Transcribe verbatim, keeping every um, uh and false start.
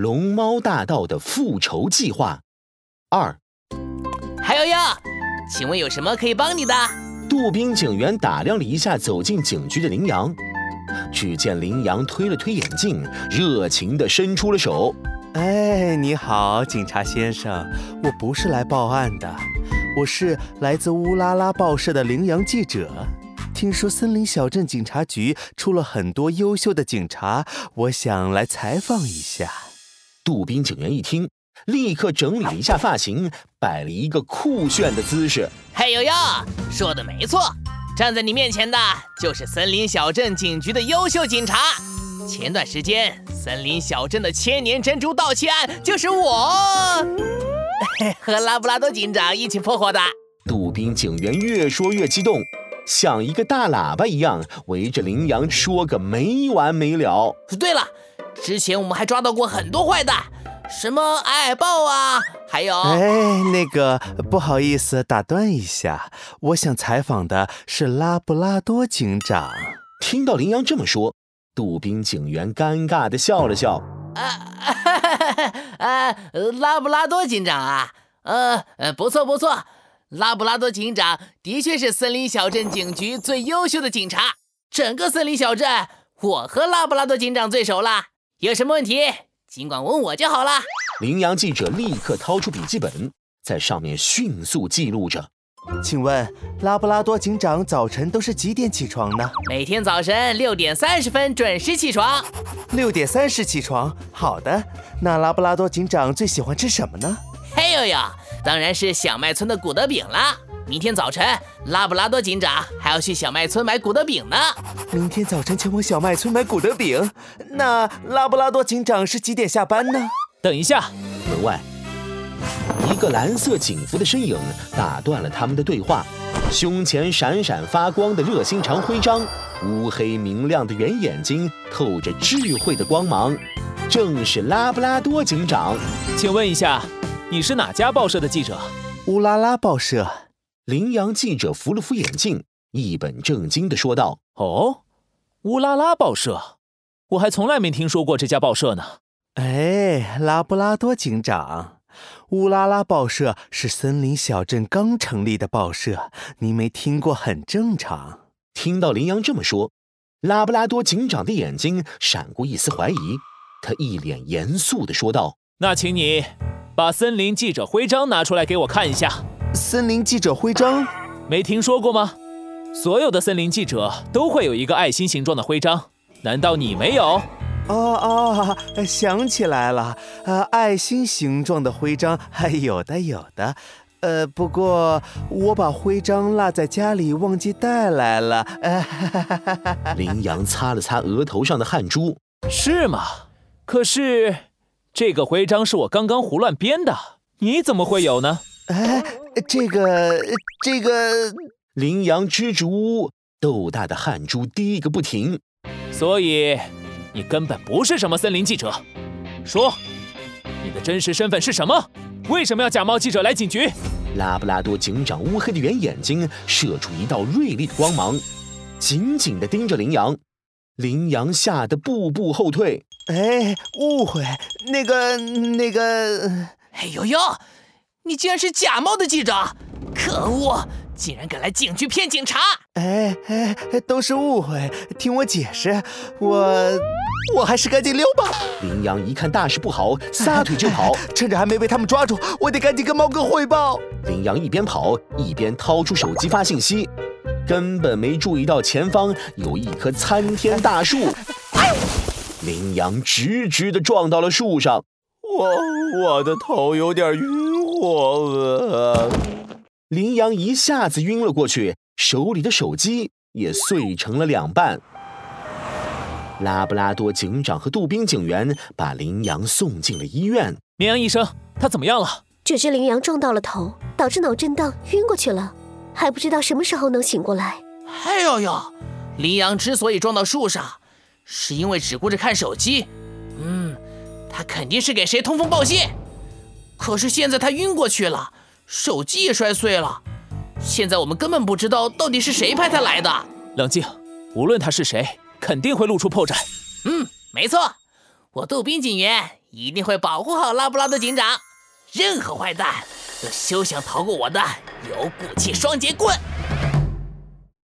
龙猫大盗的复仇计划二。 还有呀，请问有什么可以帮你的？ 杜宾警员打量了一下走进警局的羚羊，只见羚羊推了推眼镜，热情地伸出了手。 哎，你好，警察先生，我不是来报案的，我是来自乌拉拉报社的羚羊记者。听说森林小镇警察局出了很多优秀的警察，我想来采访一下。 杜宾警员一听，立刻整理了一下发型，摆了一个酷炫的姿势。 嘿呦呦，说的没错，站在你面前的就是森林小镇警局的优秀警察。前段时间森林小镇的千年珍珠盗窃案就是我和拉布拉多警长一起破获的。 杜宾警员越说越激动，像一个大喇叭一样围着羚羊说个没完没了。 对了，之前我们还抓到过很多坏蛋，什么矮矮豹啊，还有…… 哎，那个不好意思，打断一下，我想采访的是拉布拉多警长。 听到羚羊这么说，杜宾警员尴尬地笑了笑。 啊啊，拉布拉多警长啊，呃呃，不错不错，拉布拉多警长的确是森林小镇警局最优秀的警察。整个森林小镇，我和拉布拉多警长最熟了。有什么问题，尽管问我就好了。 羚羊记者立刻掏出笔记本，在上面迅速记录着。 请问拉布拉多警长早晨都是几点起床呢？ 每天早晨六点三十分准时起床。 六点三十起床，好的。那拉布拉多警长最喜欢吃什么呢？ 嘿呦呦，当然是小麦村的古德饼啦。明天早晨，拉布拉多警长还要去小麦村买古德饼呢。 明天早晨前往小麦村买古德饼，那拉布拉多警长是几点下班呢？ 等一下， 门外一个蓝色警服的身影打断了他们的对话，胸前闪闪发光的热心肠徽章，乌黑明亮的圆眼睛透着智慧的光芒，正是拉布拉多警长。 请问一下，你是哪家报社的记者？ 乌拉拉报社。 羚羊记者扶了扶眼镜，一本正经地说道： 哦，乌拉拉报社，我还从来没听说过这家报社呢。 哎，拉布拉多警长，乌拉拉报社是森林小镇刚成立的报社，你没听过很正常。 听到羚羊这么说，拉布拉多警长的眼睛闪过一丝怀疑，他一脸严肃地说道： 那请你把森林记者徽章拿出来给我看一下。 森林记者徽章？ 没听说过吗？所有的森林记者都会有一个爱心形状的徽章，难道你没有？ 哦哦，想起来了，呃，爱心形状的徽章，有的有的，呃，不过我把徽章落在家里，忘记带来了。呃、 羚羊擦了擦额头上的汗珠。 是吗？可是这个徽章是我刚刚胡乱编的，你怎么会有呢？ 哎，这个这个， 羚羊支支吾吾，豆大的汗珠滴个不停。 所以你根本不是什么森林记者。说，你的真实身份是什么？为什么要假冒记者来警局？ 拉布拉多警长乌黑的圆眼睛射出一道锐利的光芒，紧紧地盯着羚羊。羚羊吓得步步后退。 哎，误会，那个那个…… 哎呦呦，你竟然是假冒的记者！可恶，竟然敢来警局骗警察！ 哎哎，都是误会，听我解释，我我还是赶紧溜吧。 羚羊一看大事不好，撒腿就跑。 趁着还没被他们抓住，我得赶紧跟猫哥汇报。 羚羊一边跑一边掏出手机发信息，根本没注意到前方有一棵参天大树。羚羊直直地撞到了树上， 我我的头有点晕火。 羚羊一下子晕了过去，手里的手机也碎成了两半。拉布拉多警长和杜宾警员把羚羊送进了医院。 绵羊医生，他怎么样了？ 这只羚羊撞到了头，导致脑震荡晕过去了，还不知道什么时候能醒过来。 哎呦呦，羚羊之所以撞到树上，是因为只顾着看手机。嗯，他肯定是给谁通风报信。可是现在他晕过去了，手机也摔碎了，现在我们根本不知道到底是谁派他来的。 冷静，无论他是谁，肯定会露出破绽。 嗯，没错，我杜宾警员一定会保护好拉布拉多警长。任何坏蛋都休想逃过我的有骨气双截棍！